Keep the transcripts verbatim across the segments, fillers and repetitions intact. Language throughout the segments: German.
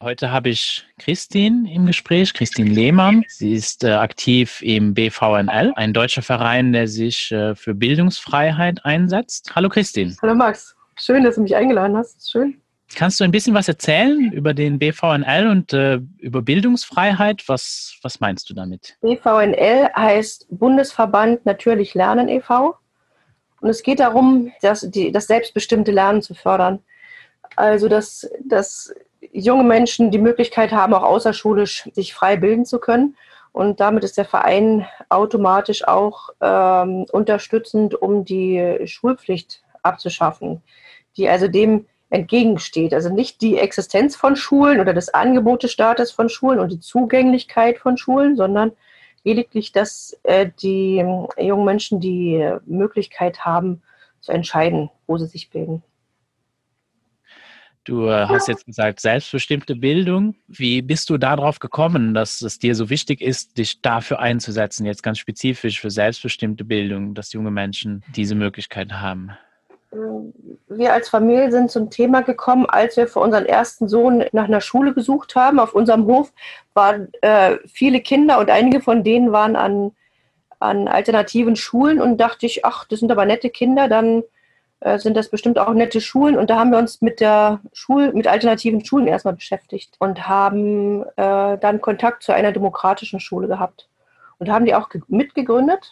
Heute habe ich Christine im Gespräch, Christine Lehmann. Sie ist äh, aktiv im B V N L, ein deutscher Verein, der sich äh, für Bildungsfreiheit einsetzt. Hallo Christine. Hallo Max, schön, dass du mich eingeladen hast. Schön. Kannst du ein bisschen was erzählen über den B V N L und äh, über Bildungsfreiheit? Was, was meinst du damit? B V N L heißt Bundesverband Natürlich Lernen e V und es geht darum, das, die, das selbstbestimmte Lernen zu fördern. Also, dass, dass junge Menschen die Möglichkeit haben, auch außerschulisch sich frei bilden zu können. Und damit ist der Verein automatisch auch ähm, unterstützend, um die Schulpflicht abzuschaffen, die also dem entgegensteht. Also nicht die Existenz von Schulen oder das Angebot des Staates von Schulen und die Zugänglichkeit von Schulen, sondern lediglich, dass äh, die äh, jungen Menschen die Möglichkeit haben, zu entscheiden, wo sie sich bilden. Du hast jetzt gesagt, selbstbestimmte Bildung. Wie bist du darauf gekommen, dass es dir so wichtig ist, dich dafür einzusetzen, jetzt ganz spezifisch für selbstbestimmte Bildung, dass junge Menschen diese Möglichkeit haben? Wir als Familie sind zum Thema gekommen, als wir für unseren ersten Sohn nach einer Schule gesucht haben. Auf unserem Hof waren äh, viele Kinder und einige von denen waren an, an alternativen Schulen und dachte ich, ach, das sind aber nette Kinder, dann sind das bestimmt auch nette Schulen. Und da haben wir uns mit der Schul mit alternativen Schulen erstmal beschäftigt und haben äh, dann Kontakt zu einer demokratischen Schule gehabt und haben die auch mitgegründet.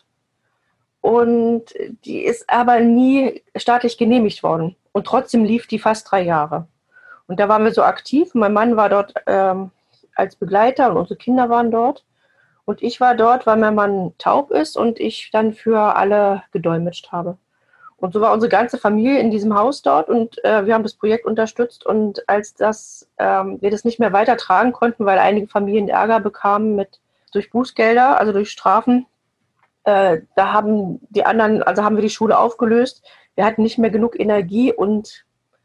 Und die ist aber nie staatlich genehmigt worden. Und trotzdem lief die fast drei Jahre. Und da waren wir so aktiv. Mein Mann war dort ähm, als Begleiter und unsere Kinder waren dort. Und ich war dort, weil mein Mann taub ist und ich dann für alle gedolmetscht habe. Und so war unsere ganze Familie in diesem Haus dort und äh, wir haben das Projekt unterstützt. Und als das, ähm, wir das nicht mehr weitertragen konnten, weil einige Familien Ärger bekamen mit, durch Bußgelder, also durch Strafen, äh, da haben die anderen, also haben wir die Schule aufgelöst. Wir hatten nicht mehr genug Energie und,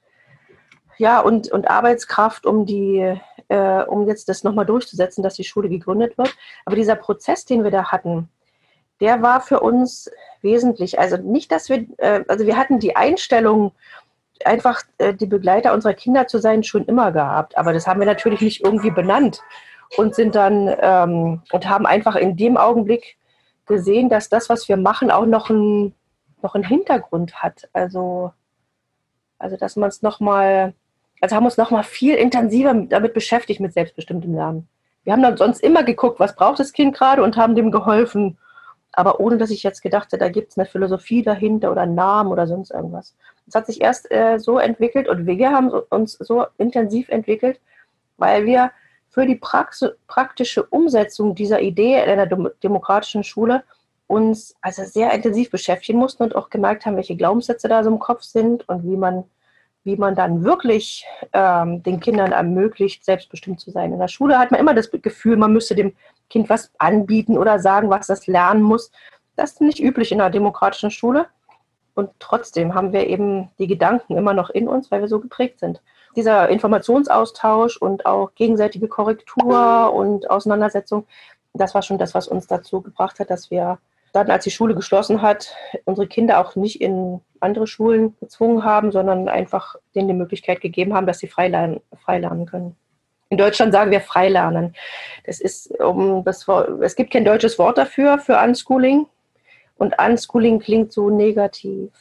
ja, und, und Arbeitskraft, um, die, äh, um jetzt das nochmal durchzusetzen, dass die Schule gegründet wird. Aber dieser Prozess, den wir da hatten, der war für uns wesentlich. Also nicht, dass wir, äh, also wir hatten die Einstellung, einfach äh, die Begleiter unserer Kinder zu sein, schon immer gehabt. Aber das haben wir natürlich nicht irgendwie benannt und sind dann ähm, und haben einfach in dem Augenblick gesehen, dass das, was wir machen, auch noch ein, noch einen Hintergrund hat. Also, also dass man es nochmal, also haben uns nochmal viel intensiver damit beschäftigt mit selbstbestimmtem Lernen. Wir haben dann sonst immer geguckt, was braucht das Kind gerade und haben dem geholfen. Aber ohne, dass ich jetzt gedacht hätte, da gibt es eine Philosophie dahinter oder einen Namen oder sonst irgendwas. Es hat sich erst äh, so entwickelt und wir haben uns so intensiv entwickelt, weil wir für die Prax- praktische Umsetzung dieser Idee einer dem- demokratischen Schule uns also sehr intensiv beschäftigen mussten und auch gemerkt haben, welche Glaubenssätze da so im Kopf sind und wie man, wie man dann wirklich ähm, den Kindern ermöglicht, selbstbestimmt zu sein. In der Schule hat man immer das Gefühl, man müsste dem Kind was anbieten oder sagen, was das lernen muss. Das ist nicht üblich in einer demokratischen Schule. Und trotzdem haben wir eben die Gedanken immer noch in uns, weil wir so geprägt sind. Dieser Informationsaustausch und auch gegenseitige Korrektur und Auseinandersetzung, das war schon das, was uns dazu gebracht hat, dass wir dann, als die Schule geschlossen hat, unsere Kinder auch nicht in andere Schulen gezwungen haben, sondern einfach denen die Möglichkeit gegeben haben, dass sie frei lernen, frei lernen können. In Deutschland sagen wir Freilernen. Das ist, um das, es gibt kein deutsches Wort dafür, für Unschooling. Und Unschooling klingt so negativ,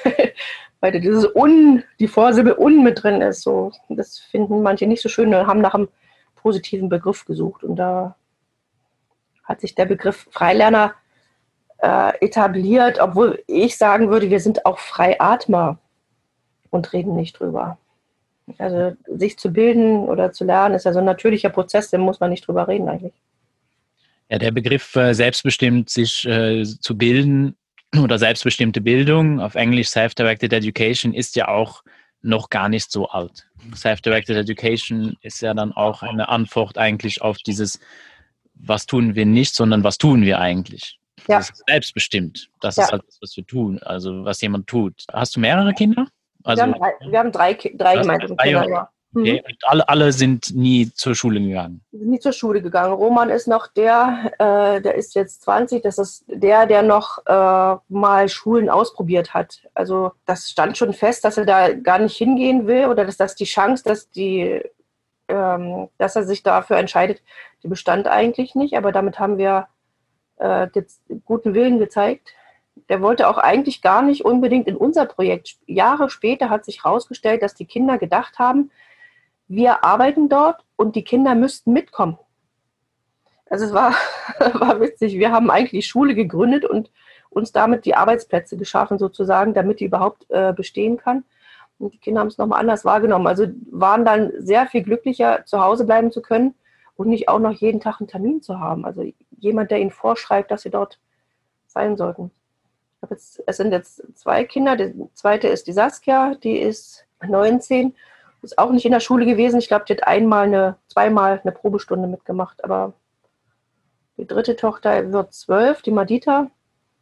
weil dieses Un, die Vorsilbe Un mit drin ist. So, das finden manche nicht so schön und haben nach einem positiven Begriff gesucht. Und da hat sich der Begriff Freilerner äh, etabliert, obwohl ich sagen würde, wir sind auch Freiatmer und reden nicht drüber. Also sich zu bilden oder zu lernen ist ja so ein natürlicher Prozess, da muss man nicht drüber reden eigentlich. Ja, der Begriff äh, selbstbestimmt sich äh, zu bilden oder selbstbestimmte Bildung, auf Englisch Self-Directed Education, ist ja auch noch gar nicht so alt. Self-Directed Education ist ja dann auch eine Antwort eigentlich auf dieses, was tun wir nicht, sondern was tun wir eigentlich. Ja. Das ist selbstbestimmt. Das Ja. ist halt das, was wir tun, also was jemand tut. Hast du mehrere Kinder? Also, wir haben drei, wir haben drei, drei gemeinsame Kinder. Ja. Okay. Und alle, alle sind nie zur Schule gegangen? Wir sind nie zur Schule gegangen. Roman ist noch der, äh, der ist jetzt zwanzig, das ist der, der noch äh, mal Schulen ausprobiert hat. Also das stand schon fest, dass er da gar nicht hingehen will oder dass das die Chance, dass die ähm, dass er sich dafür entscheidet, die bestand eigentlich nicht, aber damit haben wir äh, jetzt guten Willen gezeigt. Der wollte auch eigentlich gar nicht unbedingt in unser Projekt. Jahre später hat sich herausgestellt, dass die Kinder gedacht haben, wir arbeiten dort und die Kinder müssten mitkommen. Also es war, war witzig. Wir haben eigentlich die Schule gegründet und uns damit die Arbeitsplätze geschaffen sozusagen, damit die überhaupt äh, bestehen kann. Und die Kinder haben es nochmal anders wahrgenommen. Also waren dann sehr viel glücklicher, zu Hause bleiben zu können und nicht auch noch jeden Tag einen Termin zu haben. Also jemand, der ihnen vorschreibt, dass sie dort sein sollten. Ich habe jetzt, es sind jetzt zwei Kinder. Der zweite ist die Saskia, die ist neunzehn, ist auch nicht in der Schule gewesen. Ich glaube, die hat einmal eine, zweimal eine Probestunde mitgemacht. Aber die dritte Tochter wird zwölf, die Madita.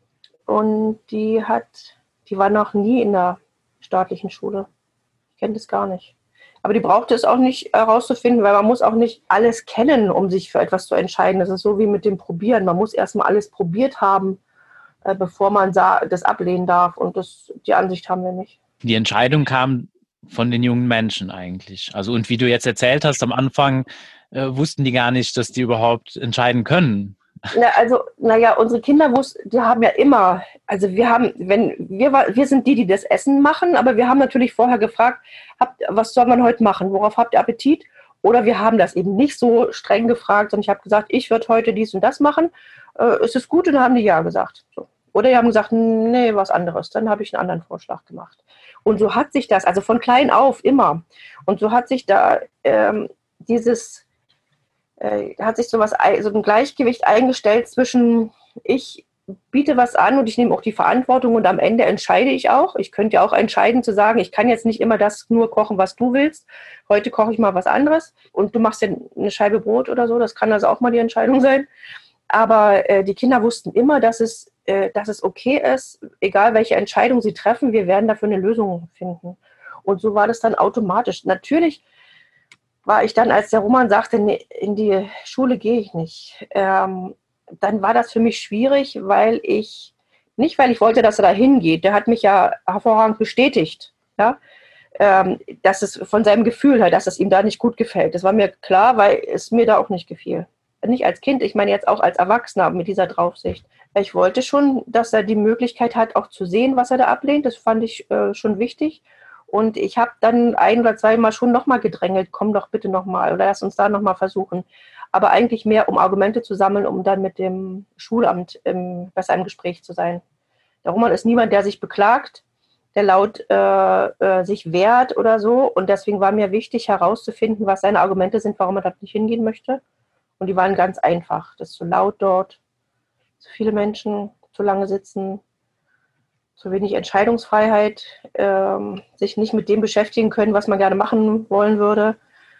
Und die hat, die war noch nie in der staatlichen Schule. Ich kenne das gar nicht. Aber die brauchte es auch nicht herauszufinden, weil man muss auch nicht alles kennen, um sich für etwas zu entscheiden. Das ist so wie mit dem Probieren. Man muss erstmal alles probiert haben, bevor man das ablehnen darf. Und das, die Ansicht haben wir nicht. Die Entscheidung kam von den jungen Menschen eigentlich. Also und wie du jetzt erzählt hast, am Anfang äh, wussten die gar nicht, dass die überhaupt entscheiden können. Na, also, naja, unsere Kinder wussten, die haben ja immer, also wir haben, wenn, wir, wir sind die, die das Essen machen, aber wir haben natürlich vorher gefragt, habt, was soll man heute machen? Worauf habt ihr Appetit? Oder wir haben das eben nicht so streng gefragt, sondern ich habe gesagt, ich würde heute dies und das machen. Äh, ist es gut? Und dann haben die ja gesagt. So. Oder die haben gesagt, nee, was anderes. Dann habe ich einen anderen Vorschlag gemacht. Und so hat sich das, also von klein auf immer. Und so hat sich da ähm, dieses, äh, hat sich sowas, so ein Gleichgewicht eingestellt zwischen, ich biete was an und ich nehme auch die Verantwortung und am Ende entscheide ich auch. Ich könnte ja auch entscheiden zu sagen, ich kann jetzt nicht immer das nur kochen, was du willst. Heute koche ich mal was anderes und du machst ja eine Scheibe Brot oder so. Das kann also auch mal die Entscheidung sein. Aber äh, die Kinder wussten immer, dass es, äh, dass es okay ist, egal welche Entscheidung sie treffen, wir werden dafür eine Lösung finden. Und so war das dann automatisch. Natürlich war ich dann, als der Roman sagte, nee, in die Schule gehe ich nicht, ähm, dann war das für mich schwierig, weil ich, nicht weil ich wollte, dass er da hingeht, der hat mich ja hervorragend bestätigt, ja, ähm, dass es von seinem Gefühl her, dass es ihm da nicht gut gefällt. Das war mir klar, weil es mir da auch nicht gefiel. Nicht als Kind, ich meine jetzt auch als Erwachsener mit dieser Draufsicht. Ich wollte schon, dass er die Möglichkeit hat, auch zu sehen, was er da ablehnt. Das fand ich äh, schon wichtig. Und ich habe dann ein oder zweimal schon nochmal gedrängelt, komm doch bitte nochmal oder lass uns da nochmal versuchen. Aber eigentlich mehr, um Argumente zu sammeln, um dann mit dem Schulamt im, besser im Gespräch zu sein. Der Roman ist niemand, der sich beklagt, der laut äh, äh, sich wehrt oder so. Und deswegen war mir wichtig herauszufinden, was seine Argumente sind, warum er da nicht hingehen möchte. Und die waren ganz einfach. Das ist zu laut dort, zu viele Menschen, zu lange sitzen, zu wenig Entscheidungsfreiheit, ähm, sich nicht mit dem beschäftigen können, was man gerne machen wollen würde.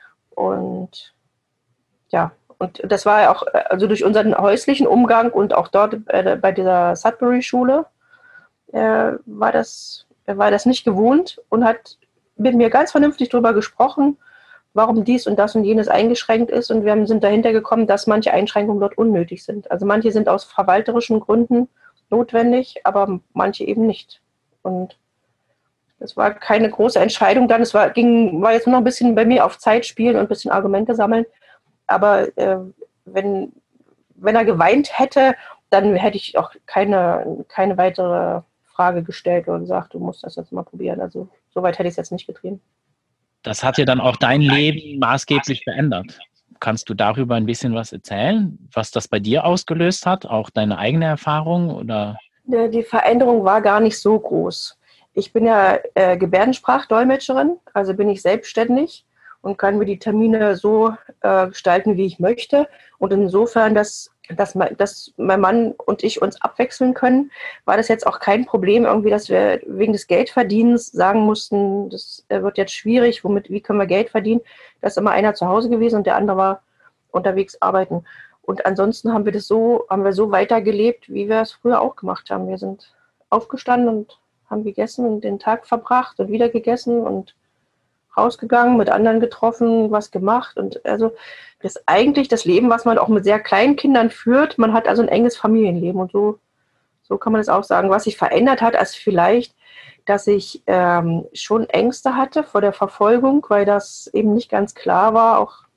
Und ja, und das war ja auch, also durch unseren häuslichen Umgang und auch dort äh, bei dieser Sudbury-Schule äh, war das, war das nicht gewohnt und hat mit mir ganz vernünftig darüber gesprochen, warum dies und das und jenes eingeschränkt ist. Und wir sind dahinter gekommen, dass manche Einschränkungen dort unnötig sind. Also manche sind aus verwalterischen Gründen notwendig, aber manche eben nicht. Und das war keine große Entscheidung dann. Es war, ging, war jetzt nur noch ein bisschen bei mir auf Zeit spielen und ein bisschen Argumente sammeln. Aber äh, wenn, wenn er geweint hätte, dann hätte ich auch keine, keine weitere Frage gestellt und gesagt, du musst das jetzt mal probieren. Also so weit hätte ich es jetzt nicht getrieben. Das hat ja dann auch dein Leben maßgeblich verändert. Kannst du darüber ein bisschen was erzählen, was das bei dir ausgelöst hat? Auch deine eigene Erfahrung? Oder? Die Veränderung war gar nicht so groß. Ich bin ja äh, Gebärdensprachdolmetscherin, also bin ich selbstständig und kann mir die Termine so äh, gestalten, wie ich möchte. Und insofern, dass, dass, mein, dass mein Mann und ich uns abwechseln können, war das jetzt auch kein Problem, irgendwie, dass wir wegen des Geldverdienens sagen mussten, das wird jetzt schwierig, womit, wie können wir Geld verdienen? Da ist immer einer zu Hause gewesen und der andere war unterwegs arbeiten. Und ansonsten haben wir das so, haben wir so weitergelebt, wie wir es früher auch gemacht haben. Wir sind aufgestanden und haben gegessen und den Tag verbracht und wieder gegessen und rausgegangen, mit anderen getroffen, was gemacht. Und also das ist eigentlich das Leben, was man auch mit sehr kleinen Kindern führt. Man hat also ein enges Familienleben und so, so kann man es auch sagen. Was sich verändert hat, ist vielleicht, dass ich ähm, schon Ängste hatte vor der Verfolgung, weil das eben nicht ganz klar war, auch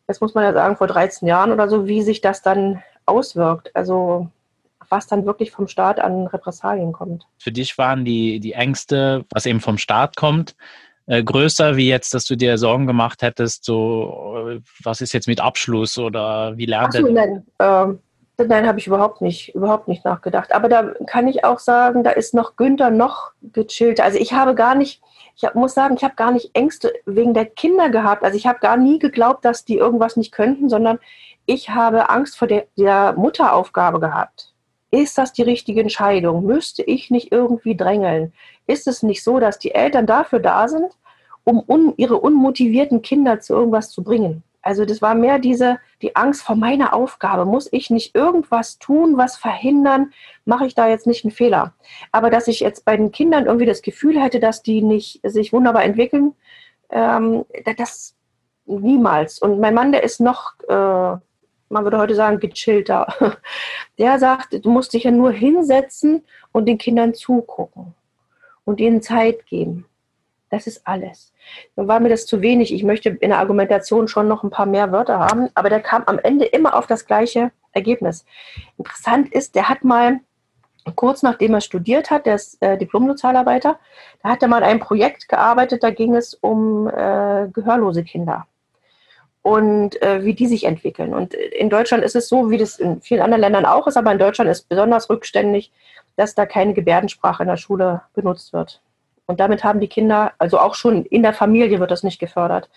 das muss man ja sagen, vor dreizehn Jahren oder so, wie sich das dann auswirkt. Also was dann wirklich vom Staat an Repressalien kommt. Für dich waren die, die Ängste, was eben vom Staat kommt, äh, größer, wie jetzt, dass du dir Sorgen gemacht hättest, so, was ist jetzt mit Abschluss oder wie lernt Ach so, er? nein, ähm, nein, habe ich überhaupt nicht, überhaupt nicht nachgedacht. Aber da kann ich auch sagen, da ist noch Günther noch gechillter. Also ich habe gar nicht, ich hab, muss sagen, ich habe gar nicht Ängste wegen der Kinder gehabt. Also ich habe gar nie geglaubt, dass die irgendwas nicht könnten, sondern ich habe Angst vor der, der Mutteraufgabe gehabt. Ist das die richtige Entscheidung? Müsste ich nicht irgendwie drängeln? Ist es nicht so, dass die Eltern dafür da sind, um un, ihre unmotivierten Kinder zu irgendwas zu bringen? Also das war mehr diese, die Angst vor meiner Aufgabe. Muss ich nicht irgendwas tun, was verhindern? Mache ich da jetzt nicht einen Fehler? Aber dass ich jetzt bei den Kindern irgendwie das Gefühl hätte, dass die nicht sich wunderbar entwickeln, ähm, das niemals. Und mein Mann, der ist noch, äh, man würde heute sagen, gechillter. Der sagt, du musst dich ja nur hinsetzen und den Kindern zugucken und ihnen Zeit geben. Das ist alles. Dann war mir das zu wenig. Ich möchte in der Argumentation schon noch ein paar mehr Wörter haben, aber der kam am Ende immer auf das gleiche Ergebnis. Interessant ist, der hat mal, kurz nachdem er studiert hat, der ist äh, Diplom-Sozialarbeiter, da hat er mal an einem Projekt gearbeitet, da ging es um äh, gehörlose Kinder und äh, wie die sich entwickeln. Und in Deutschland ist es so, wie das in vielen anderen Ländern auch ist, aber in Deutschland ist besonders rückständig, dass da keine Gebärdensprache in der Schule benutzt wird. Und damit haben die Kinder, also auch schon in der Familie wird das nicht gefördert.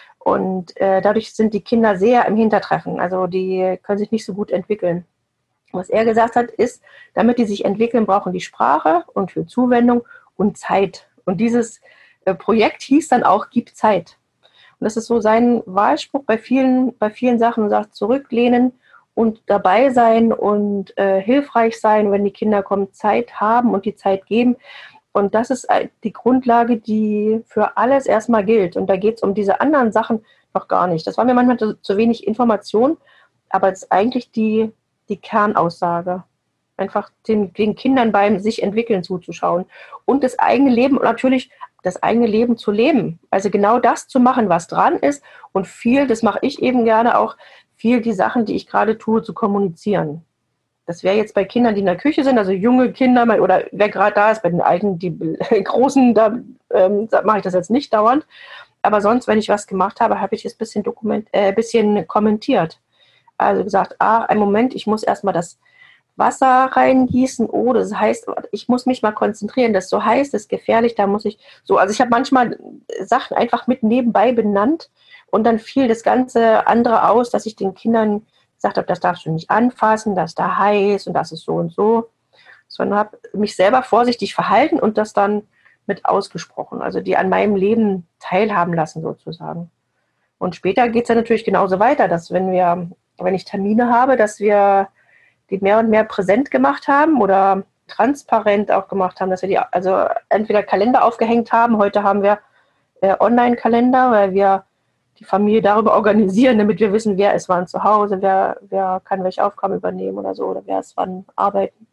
Und äh, dadurch sind die Kinder sehr im Hintertreffen. Also die können sich nicht so gut entwickeln. Was er gesagt hat, ist, damit die sich entwickeln, brauchen die Sprache und für Zuwendung und Zeit. Und dieses äh, Projekt hieß dann auch, gib Zeit. Und das ist so sein Wahlspruch bei vielen, bei vielen Sachen. Er sagt, zurücklehnen und dabei sein und äh, hilfreich sein, wenn die Kinder kommen, Zeit haben und die Zeit geben. Und das ist die Grundlage, die für alles erstmal gilt. Und da geht es um diese anderen Sachen noch gar nicht. Das war mir manchmal zu, zu wenig Information, aber es ist eigentlich die, die Kernaussage. Einfach den, den Kindern beim sich entwickeln zuzuschauen. Und das eigene Leben, natürlich das eigene Leben zu leben. Also genau das zu machen, was dran ist. Und viel, das mache ich eben gerne auch, viel die Sachen, die ich gerade tue, zu kommunizieren. Das wäre jetzt bei Kindern, die in der Küche sind, also junge Kinder, oder wer gerade da ist, bei den Alten, die Großen, da ähm, mache ich das jetzt nicht dauernd. Aber sonst, wenn ich was gemacht habe, habe ich es ein bisschen, dokument, äh, bisschen kommentiert. Also gesagt, ah, einen Moment, ich muss erstmal das Wasser reingießen. Oh, das heißt, ich muss mich mal konzentrieren, das ist so heiß, das ist gefährlich, da muss ich so. Also ich habe manchmal Sachen einfach mit nebenbei benannt und dann fiel das ganze andere aus, dass ich den Kindern gesagt habe, das darfst du nicht anfassen, das ist da heiß und das ist so und so, sondern habe mich selber vorsichtig verhalten und das dann mit ausgesprochen, also die an meinem Leben teilhaben lassen sozusagen. Und später geht es dann natürlich genauso weiter, dass wenn wir, wenn ich Termine habe, dass wir die mehr und mehr präsent gemacht haben oder transparent auch gemacht haben, dass wir die also entweder Kalender aufgehängt haben, heute haben wir äh, Online-Kalender, weil wir die Familie darüber organisieren, damit wir wissen, wer ist wann zu Hause, wer, wer kann welche Aufgaben übernehmen oder so, oder wer ist wann arbeiten.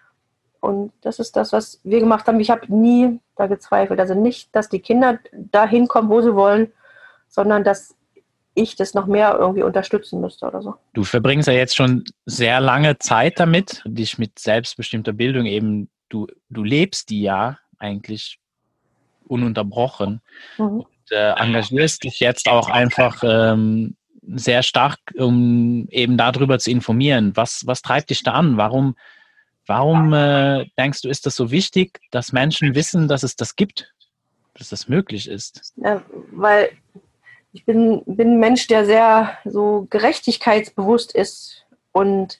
Und das ist das, was wir gemacht haben. Ich habe nie da gezweifelt. Also nicht, dass die Kinder dahin kommen, wo sie wollen, sondern dass ich das noch mehr irgendwie unterstützen müsste oder so. Du verbringst ja jetzt schon sehr lange Zeit damit, dich mit selbstbestimmter Bildung eben, du, du lebst die ja eigentlich ununterbrochen. Mhm. Äh, engagierst dich jetzt auch einfach ähm, sehr stark, um eben darüber zu informieren. Was, was treibt dich da an? Warum, warum äh, denkst du, ist das so wichtig, dass Menschen wissen, dass es das gibt, dass das möglich ist? Ja, weil ich bin, bin ein Mensch, der sehr so gerechtigkeitsbewusst ist und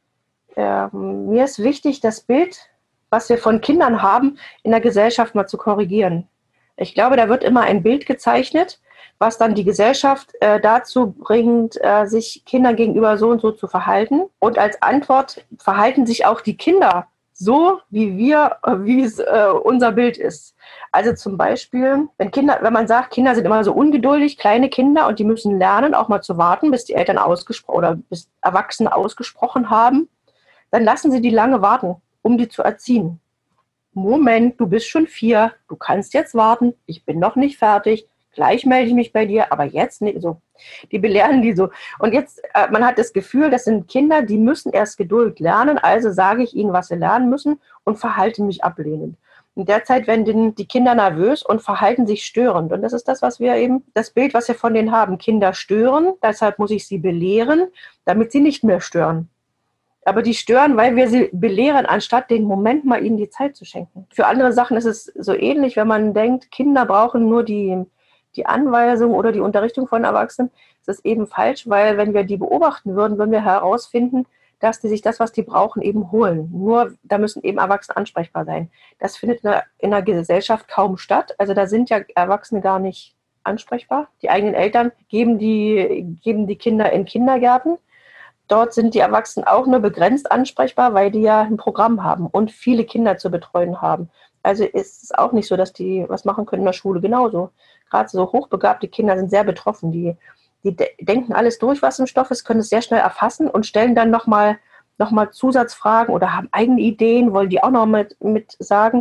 äh, mir ist wichtig, das Bild, was wir von Kindern haben, in der Gesellschaft mal zu korrigieren. Ich glaube, da wird immer ein Bild gezeichnet, was dann die Gesellschaft äh, dazu bringt, äh, sich Kindern gegenüber so und so zu verhalten. Und als Antwort verhalten sich auch die Kinder so, wie wir, äh, wie es äh, unser Bild ist. Also zum Beispiel, wenn Kinder, wenn man sagt, Kinder sind immer so ungeduldig, kleine Kinder, und die müssen lernen, auch mal zu warten, bis die Eltern ausgesprochen oder bis Erwachsene ausgesprochen haben, dann lassen sie die lange warten, um die zu erziehen. Moment, du bist schon vier, du kannst jetzt warten, ich bin noch nicht fertig, gleich melde ich mich bei dir, aber jetzt nicht so. Die belehren die so. Und jetzt, äh, man hat das Gefühl, das sind Kinder, die müssen erst Geduld lernen, also sage ich ihnen, was sie lernen müssen und verhalte mich ablehnend. In der Zeit werden die Kinder nervös und verhalten sich störend. Und das ist das, was wir eben, das Bild, was wir von denen haben. Kinder stören, deshalb muss ich sie belehren, damit sie nicht mehr stören. Aber die stören, weil wir sie belehren, anstatt den Moment mal ihnen die Zeit zu schenken. Für andere Sachen ist es so ähnlich, wenn man denkt, Kinder brauchen nur die, die Anweisung oder die Unterrichtung von Erwachsenen. Das ist eben falsch, weil wenn wir die beobachten würden, würden wir herausfinden, dass die sich das, was die brauchen, eben holen. Nur, da müssen eben Erwachsene ansprechbar sein. Das findet in der, in der Gesellschaft kaum statt. Also da sind ja Erwachsene gar nicht ansprechbar. Die eigenen Eltern geben die, geben die Kinder in Kindergärten. Dort sind die Erwachsenen auch nur begrenzt ansprechbar, weil die ja ein Programm haben und viele Kinder zu betreuen haben. Also ist es auch nicht so, dass die was machen können in der Schule. Genauso. Gerade so hochbegabte Kinder sind sehr betroffen. Die Die de- denken alles durch, was im Stoff ist, können es sehr schnell erfassen und stellen dann nochmal noch mal Zusatzfragen oder haben eigene Ideen, wollen die auch noch mit, mit sagen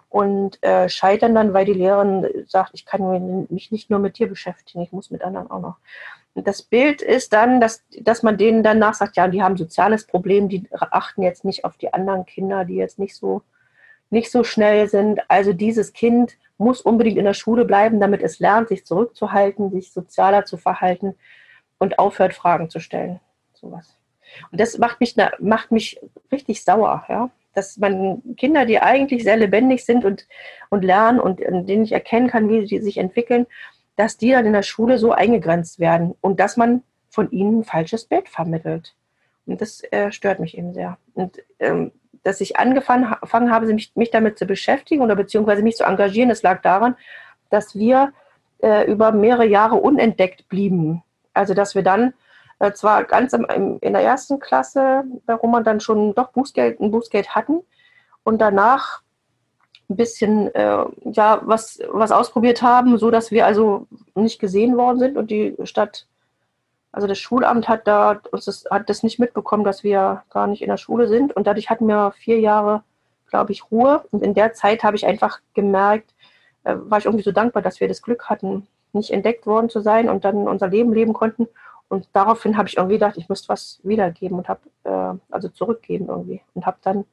und äh, scheitern dann, weil die Lehrerin sagt, ich kann mich nicht nur mit dir beschäftigen, ich muss mit anderen auch noch. Und das Bild ist dann, dass, dass man denen danach sagt, ja, die haben ein soziales Problem, die achten jetzt nicht auf die anderen Kinder, die jetzt nicht so, nicht so schnell sind. Also dieses Kind muss unbedingt in der Schule bleiben, damit es lernt, sich zurückzuhalten, sich sozialer zu verhalten und aufhört, Fragen zu stellen. Sowas. Und das macht mich, macht mich richtig sauer, ja? Dass man Kinder, die eigentlich sehr lebendig sind und, und lernen und in denen ich erkennen kann, wie sie sich entwickeln, dass die dann in der Schule so eingegrenzt werden und dass man von ihnen ein falsches Bild vermittelt. Und das äh, stört mich eben sehr. Und ähm, dass ich angefangen habe, mich, mich damit zu beschäftigen oder beziehungsweise mich zu engagieren, das lag daran, dass wir äh, über mehrere Jahre unentdeckt blieben. Also dass wir dann äh, zwar ganz im, im, in der ersten Klasse bei Roman dann schon doch Bußgeld, ein Bußgeld hatten und danach ein bisschen äh, ja, was, was ausprobiert haben, so dass wir also nicht gesehen worden sind und die Stadt, also das Schulamt hat da uns das, hat das nicht mitbekommen, dass wir gar nicht in der Schule sind und dadurch hatten wir vier Jahre, glaube ich, Ruhe und in der Zeit habe ich einfach gemerkt, äh, war ich irgendwie so dankbar, dass wir das Glück hatten, nicht entdeckt worden zu sein und dann unser Leben leben konnten und daraufhin habe ich irgendwie gedacht, ich müsste was wiedergeben und habe, äh, also zurückgeben irgendwie und habe dann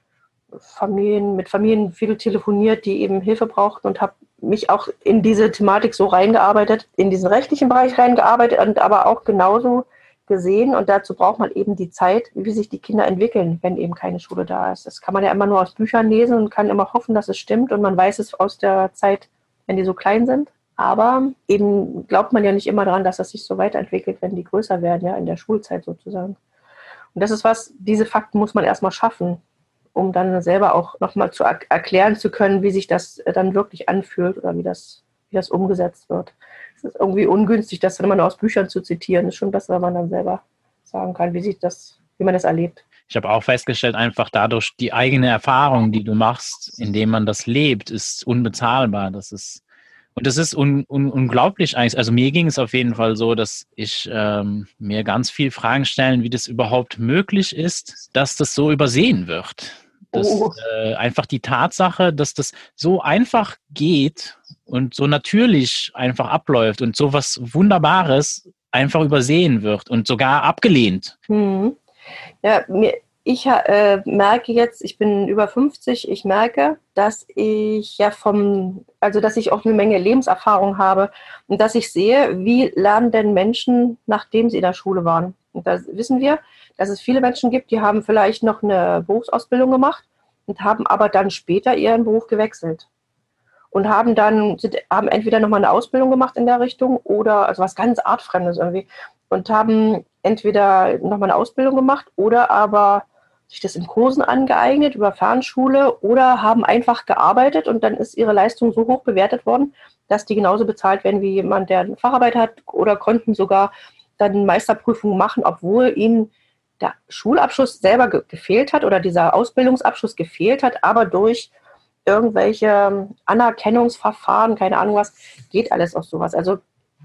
Familien, mit Familien viel telefoniert, die eben Hilfe brauchten und habe mich auch in diese Thematik so reingearbeitet, in diesen rechtlichen Bereich reingearbeitet und aber auch genauso gesehen und dazu braucht man eben die Zeit, wie sich die Kinder entwickeln, wenn eben keine Schule da ist. Das kann man ja immer nur aus Büchern lesen und kann immer hoffen, dass es stimmt und man weiß es aus der Zeit, wenn die so klein sind. Aber eben glaubt man ja nicht immer daran, dass das sich so weiterentwickelt, wenn die größer werden, ja, in der Schulzeit sozusagen. Und das ist was, diese Fakten muss man erstmal schaffen, um dann selber auch nochmal zu er- erklären zu können, wie sich das dann wirklich anfühlt oder wie das, wie das umgesetzt wird. Es ist irgendwie ungünstig, das dann immer nur aus Büchern zu zitieren. Es ist schon besser, wenn man dann selber sagen kann, wie sich das, wie man das erlebt. Ich habe auch festgestellt, einfach dadurch die eigene Erfahrung, die du machst, indem man das lebt, ist unbezahlbar. Das ist Und das ist un, un, unglaublich eigentlich. Also mir ging es auf jeden Fall so, dass ich ähm, mir ganz viel Fragen stellen, wie das überhaupt möglich ist, dass das so übersehen wird. Dass Oh. äh, einfach die Tatsache, dass das so einfach geht und so natürlich einfach abläuft und so was Wunderbares einfach übersehen wird und sogar abgelehnt. Hm. Ja, mir, ich äh, merke jetzt, ich bin über fünfzig, ich merke, dass ich ja vom, also dass ich auch eine Menge Lebenserfahrung habe und dass ich sehe, wie lernen denn Menschen, nachdem sie in der Schule waren. Und da wissen wir, dass es viele Menschen gibt, die haben vielleicht noch eine Berufsausbildung gemacht und haben aber dann später ihren Beruf gewechselt. Und haben dann, sind, haben entweder nochmal eine Ausbildung gemacht in der Richtung oder, also was ganz Artfremdes irgendwie, und haben entweder nochmal eine Ausbildung gemacht oder aber sich das in Kursen angeeignet über Fernschule oder haben einfach gearbeitet und dann ist ihre Leistung so hoch bewertet worden, dass die genauso bezahlt werden wie jemand, der eine Facharbeit hat oder konnten sogar dann Meisterprüfungen machen, obwohl ihnen der Schulabschluss selber ge- gefehlt hat oder dieser Ausbildungsabschluss gefehlt hat, aber durch irgendwelche Anerkennungsverfahren, keine Ahnung was, geht alles auf sowas. Also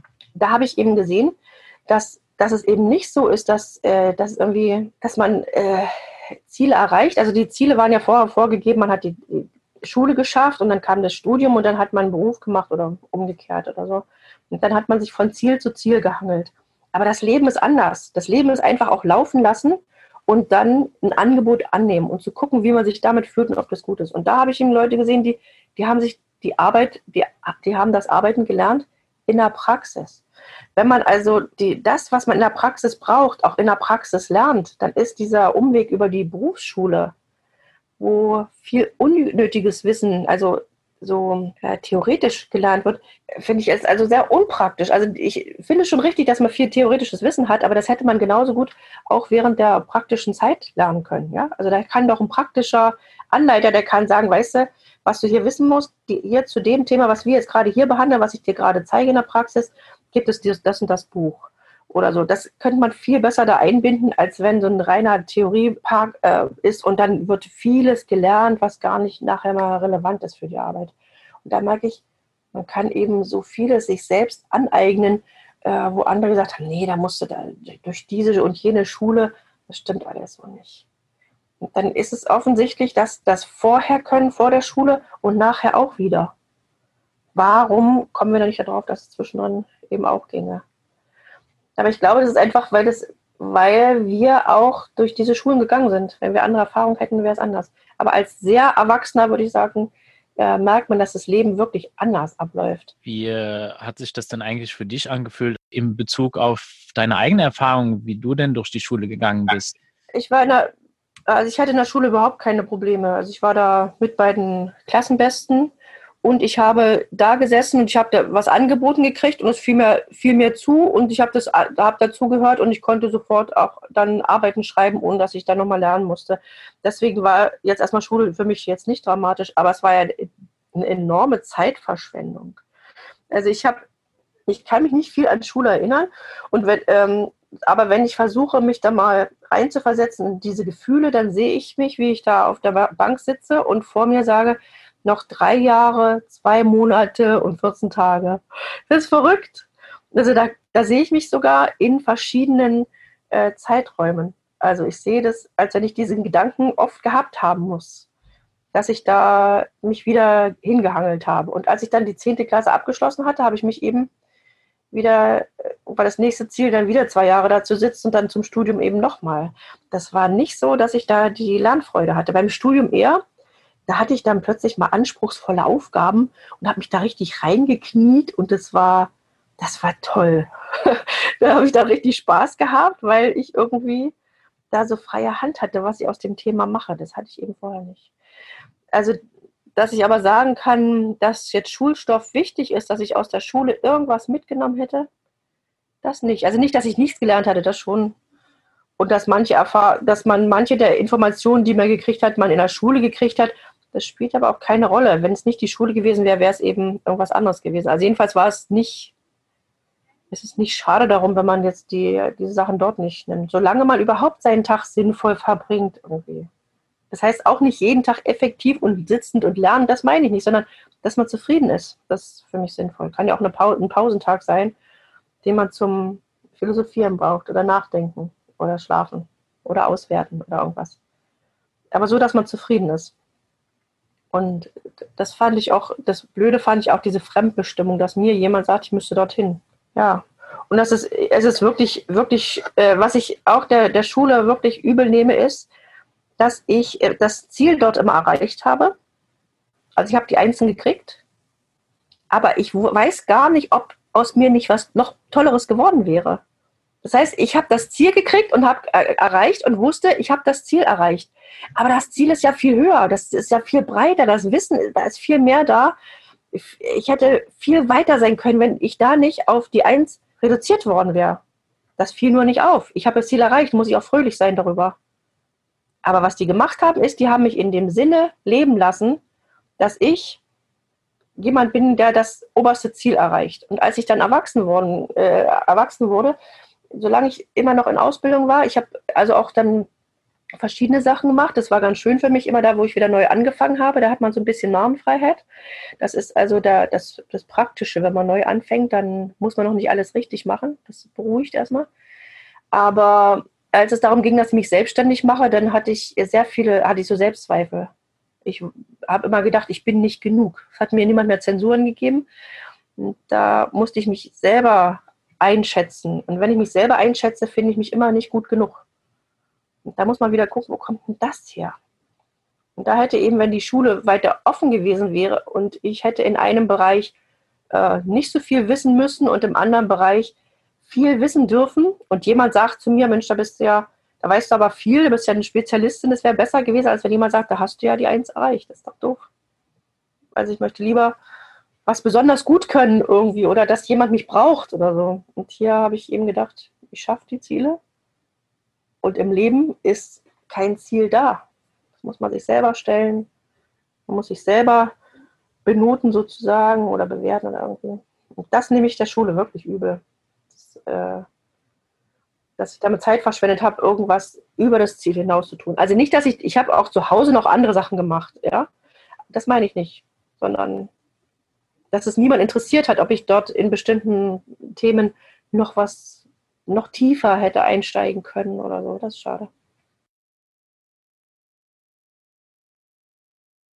da habe ich eben gesehen, dass, dass es eben nicht so ist, dass, äh, dass irgendwie, dass man äh, Ziele erreicht. Also die Ziele waren ja vorher vorgegeben, man hat die, Schule geschafft und dann kam das Studium und dann hat man einen Beruf gemacht oder umgekehrt oder so. Und dann hat man sich von Ziel zu Ziel gehangelt. Aber das Leben ist anders. Das Leben ist einfach auch laufen lassen und dann ein Angebot annehmen und zu gucken, wie man sich damit fühlt und ob das gut ist. Und da habe ich eben Leute gesehen, die, die haben sich die Arbeit, die, die haben das Arbeiten gelernt in der Praxis. Wenn man also die, das, was man in der Praxis braucht, auch in der Praxis lernt, dann ist dieser Umweg über die Berufsschule, wo viel unnötiges Wissen, also so ja, theoretisch gelernt wird, finde ich es also sehr unpraktisch. Also ich finde schon richtig, dass man viel theoretisches Wissen hat, aber das hätte man genauso gut auch während der praktischen Zeit lernen können. Ja? Also da kann doch ein praktischer Anleiter, der kann sagen, weißt du, was du hier wissen musst, die, hier zu dem Thema, was wir jetzt gerade hier behandeln, was ich dir gerade zeige in der Praxis, gibt es dieses, das und das Buch. Oder so. Das könnte man viel besser da einbinden, als wenn so ein reiner Theoriepark äh, ist und dann wird vieles gelernt, was gar nicht nachher mal relevant ist für die Arbeit. Und da merke ich, man kann eben so vieles sich selbst aneignen, äh, wo andere gesagt haben, nee, da musst du da durch diese und jene Schule, das stimmt alles so nicht. Und dann ist es offensichtlich, dass das vorher können, vor der Schule und nachher auch wieder. Warum kommen wir da nicht darauf, dass es zwischendrin eben auch ginge? Aber ich glaube, das ist einfach, weil, das, weil wir auch durch diese Schulen gegangen sind. Wenn wir andere Erfahrungen hätten, wäre es anders. Aber als sehr Erwachsener würde ich sagen, äh, merkt man, dass das Leben wirklich anders abläuft. Wie äh, hat sich das denn eigentlich für dich angefühlt in Bezug auf deine eigene Erfahrung, wie du denn durch die Schule gegangen bist? Ich war in der, also ich hatte in der Schule überhaupt keine Probleme. Also ich war da mit bei den Klassenbesten. Und ich habe da gesessen und ich habe da was angeboten gekriegt und es fiel mir, fiel mir zu und ich habe das hab dazugehört und ich konnte sofort auch dann Arbeiten schreiben, ohne dass ich dann nochmal lernen musste. Deswegen war jetzt erstmal Schule für mich jetzt nicht dramatisch, aber es war ja eine enorme Zeitverschwendung. Also ich habe, ich kann mich nicht viel an Schule erinnern, und wenn, ähm, aber wenn ich versuche, mich da mal reinzuversetzen in diese Gefühle, dann sehe ich mich, wie ich da auf der Bank sitze und vor mir sage, noch drei Jahre, zwei Monate und vierzehn Tage. Das ist verrückt. Also da, da sehe ich mich sogar in verschiedenen äh, Zeiträumen. Also ich sehe das, als wenn ich diesen Gedanken oft gehabt haben muss, dass ich da mich wieder hingehangelt habe. Und als ich dann die zehnte Klasse abgeschlossen hatte, habe ich mich eben wieder, weil das nächste Ziel dann wieder zwei Jahre dazu sitzt und dann zum Studium eben nochmal. Das war nicht so, dass ich da die Lernfreude hatte. Beim Studium eher. Da hatte ich dann plötzlich mal anspruchsvolle Aufgaben und habe mich da richtig reingekniet und das war, das war toll. Da habe ich da richtig Spaß gehabt, weil ich irgendwie da so freie Hand hatte, was ich aus dem Thema mache. Das hatte ich eben vorher nicht. Also, dass ich aber sagen kann, dass jetzt Schulstoff wichtig ist, dass ich aus der Schule irgendwas mitgenommen hätte, das nicht. Also nicht, dass ich nichts gelernt hatte, das schon. Und dass manche Erfahr- dass man manche der Informationen, die man gekriegt hat, man in der Schule gekriegt hat, das spielt aber auch keine Rolle. Wenn es nicht die Schule gewesen wäre, wäre es eben irgendwas anderes gewesen. Also jedenfalls war es nicht, es ist nicht schade darum, wenn man jetzt die, diese Sachen dort nicht nimmt. Solange man überhaupt seinen Tag sinnvoll verbringt irgendwie. Das heißt auch nicht jeden Tag effektiv und sitzend und lernen, das meine ich nicht, sondern dass man zufrieden ist. Das ist für mich sinnvoll. Kann ja auch eine Pau- ein Pausentag sein, den man zum Philosophieren braucht oder Nachdenken oder Schlafen oder Auswerten oder irgendwas. Aber so, dass man zufrieden ist. Und das fand ich auch, das Blöde fand ich auch diese Fremdbestimmung, dass mir jemand sagt, ich müsste dorthin. Ja. Und das ist, es ist wirklich, wirklich, äh, was ich auch der, der Schule wirklich übel nehme, ist, dass ich äh, das Ziel dort immer erreicht habe. Also ich habe die Einsen gekriegt, aber ich weiß gar nicht, ob aus mir nicht was noch Tolleres geworden wäre. Das heißt, ich habe das Ziel gekriegt und habe äh, erreicht und wusste, ich habe das Ziel erreicht. Aber das Ziel ist ja viel höher, das ist ja viel breiter, das Wissen, da ist viel mehr da. Ich, ich hätte viel weiter sein können, wenn ich da nicht auf die Eins reduziert worden wäre. Das fiel nur nicht auf. Ich habe das Ziel erreicht, muss ich auch fröhlich sein darüber. Aber was die gemacht haben, ist, die haben mich in dem Sinne leben lassen, dass ich jemand bin, der das oberste Ziel erreicht. Und als ich dann erwachsen, worden, äh, erwachsen wurde, solange ich immer noch in Ausbildung war, ich habe also auch dann verschiedene Sachen gemacht. Das war ganz schön für mich, immer da, wo ich wieder neu angefangen habe. Da hat man so ein bisschen Narrenfreiheit. Das ist also da, das, das Praktische. Wenn man neu anfängt, dann muss man noch nicht alles richtig machen. Das beruhigt erstmal. Aber als es darum ging, dass ich mich selbstständig mache, dann hatte ich sehr viele, hatte ich so Selbstzweifel. ich habe immer gedacht, ich bin nicht genug. Es hat mir niemand mehr Zensuren gegeben. Und da musste ich mich selber einschätzen. Und wenn ich mich selber einschätze, finde ich mich immer nicht gut genug. Und da muss man wieder gucken, wo kommt denn das her? Und da hätte eben, wenn die Schule weiter offen gewesen wäre und ich hätte in einem Bereich äh, nicht so viel wissen müssen und im anderen Bereich viel wissen dürfen und jemand sagt zu mir, Mensch, da bist du ja, da weißt du aber viel, du bist ja eine Spezialistin, das wäre besser gewesen, als wenn jemand sagt, da hast du ja die Eins erreicht. Das ist doch doof. Also ich möchte lieber was besonders gut können irgendwie oder dass jemand mich braucht oder so. Und hier habe ich eben gedacht, ich schaffe die Ziele und im Leben ist kein Ziel da. Das muss man sich selber stellen. Man muss sich selber benoten sozusagen oder bewerten oder irgendwie. Und das nehme ich der Schule wirklich übel. Das, äh, dass ich damit Zeit verschwendet habe, irgendwas über das Ziel hinaus zu tun. Also nicht, dass ich, ich habe auch zu Hause noch andere Sachen gemacht, ja. Das meine ich nicht, sondern dass es niemand interessiert hat, ob ich dort in bestimmten Themen noch was, noch tiefer hätte einsteigen können oder so. Das ist schade.